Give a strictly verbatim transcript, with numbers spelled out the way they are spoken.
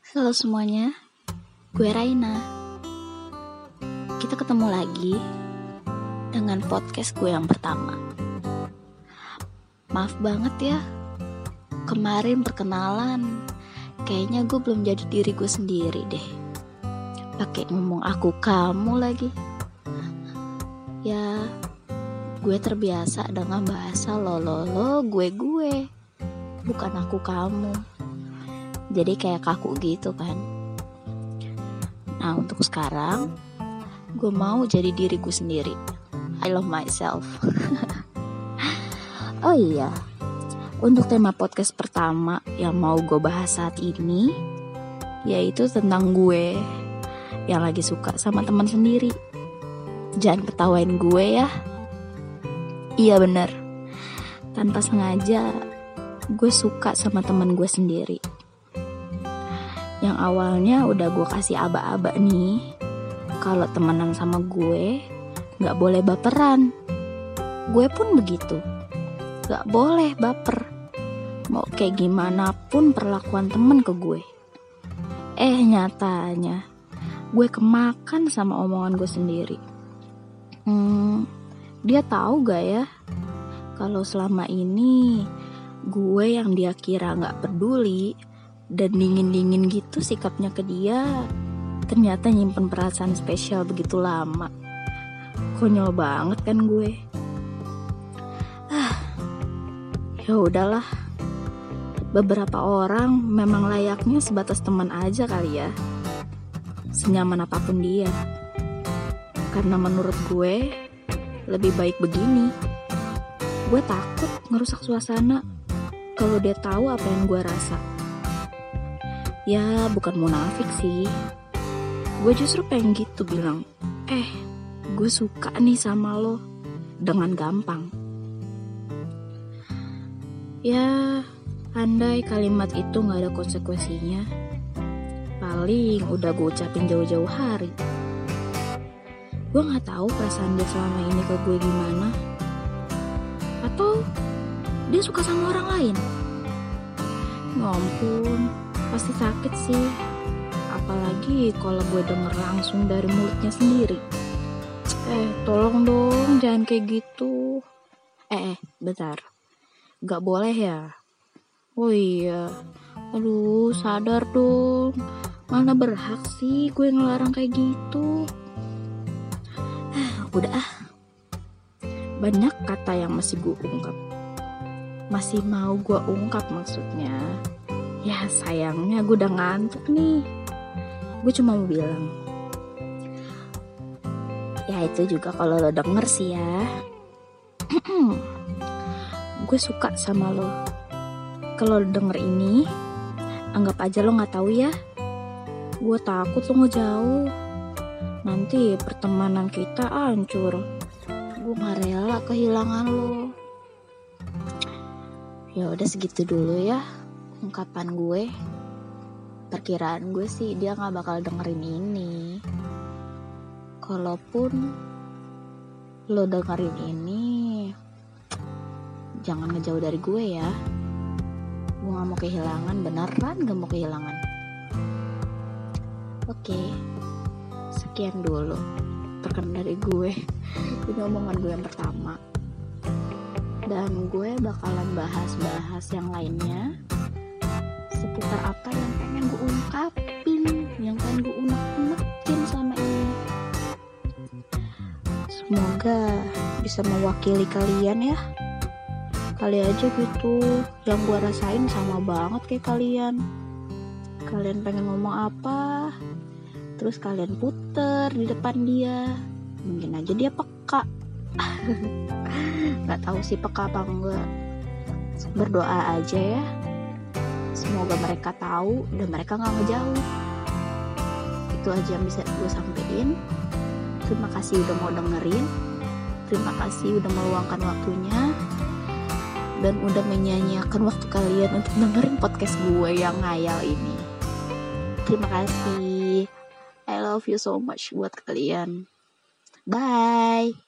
Halo semuanya, gue Raina. Kita ketemu lagi dengan podcast gue yang pertama. Maaf banget ya, kemarin perkenalan kayaknya gue belum jadi diri gue sendiri deh. Pakai ngomong aku kamu lagi. Ya, gue terbiasa dengan bahasa lo lo lo gue gue, bukan aku kamu. Jadi kayak kaku gitu kan. Nah untuk sekarang gue mau jadi diri gue sendiri. I love myself. Oh iya, untuk tema podcast pertama yang mau gue bahas saat ini, yaitu tentang gue yang lagi suka sama teman sendiri. Jangan ketawain gue ya. Iya bener, tanpa sengaja gue suka sama teman gue sendiri. Yang awalnya udah gue kasih aba-aba nih, kalau temenan sama gue gak boleh baperan. Gue pun begitu, gak boleh baper. Mau kayak gimana pun perlakuan temen ke gue. Eh nyatanya gue kemakan sama omongan gue sendiri. Hmm, dia tahu gak ya kalau selama ini gue yang dia kira gak peduli dan dingin-dingin gitu sikapnya ke dia, ternyata nyimpen perasaan spesial begitu lama. Konyol banget kan gue. Ah, ya udahlah. Beberapa orang memang layaknya sebatas teman aja kali ya, senyaman apapun dia. Karena menurut gue lebih baik begini. Gue takut ngerusak suasana kalau dia tahu apa yang gue rasa. Ya bukan munafik sih, gue justru pengen gitu bilang, Eh gue suka nih sama lo, dengan gampang. Ya andai kalimat itu gak ada konsekuensinya, paling udah gue ucapin jauh-jauh hari. Gue gak tahu perasaan dia selama ini ke gue gimana. Atau dia suka sama orang lain. Ngampun, pasti sakit sih. Apalagi kalau gue denger langsung dari mulutnya sendiri. Eh tolong dong, jangan kayak gitu. Eh, eh bentar, gak boleh ya? Oh iya, aduh sadar dong. Mana berhak sih gue ngelarang kayak gitu. Udah ah, banyak kata yang masih gue ungkap, masih mau gue ungkap maksudnya. Ya sayangnya gue udah ngantuk nih. Gue cuma mau bilang, ya itu juga kalau lo denger sih ya. Gue suka sama lo. Kalau lo denger ini, anggap aja lo gak tahu ya. Gue takut lo ngejauh, nanti pertemanan kita hancur. Gue gak rela kehilangan lo. Ya udah segitu dulu ya ungkapan gue. Perkiraan gue sih dia gak bakal dengerin ini. Kalaupun lo dengerin ini, jangan ngejauh dari gue ya. Gue gak mau kehilangan, beneran gak mau kehilangan. Oke, sekian dulu perkenalan dari gue. Ini omongan gue yang pertama. Dan gue bakalan bahas-bahas yang lainnya seputar apa yang pengen gue ungkapin, yang pengen gue unek-unekin sama ini. Semoga bisa mewakili kalian ya. Kali aja gitu, yang gue rasain sama banget kayak kalian. Kalian pengen ngomong apa, terus kalian puter di depan dia, mungkin aja dia peka. Gak tahu sih peka apa enggak. Berdoa aja ya, semoga mereka tahu dan mereka gak ngejauh. Itu aja yang bisa gue sampein. Terima kasih udah mau dengerin. Terima kasih udah meluangkan waktunya dan udah menyanyiakan waktu kalian untuk dengerin podcast gue yang ngayal ini. Terima kasih. I love you so much buat kalian. Bye.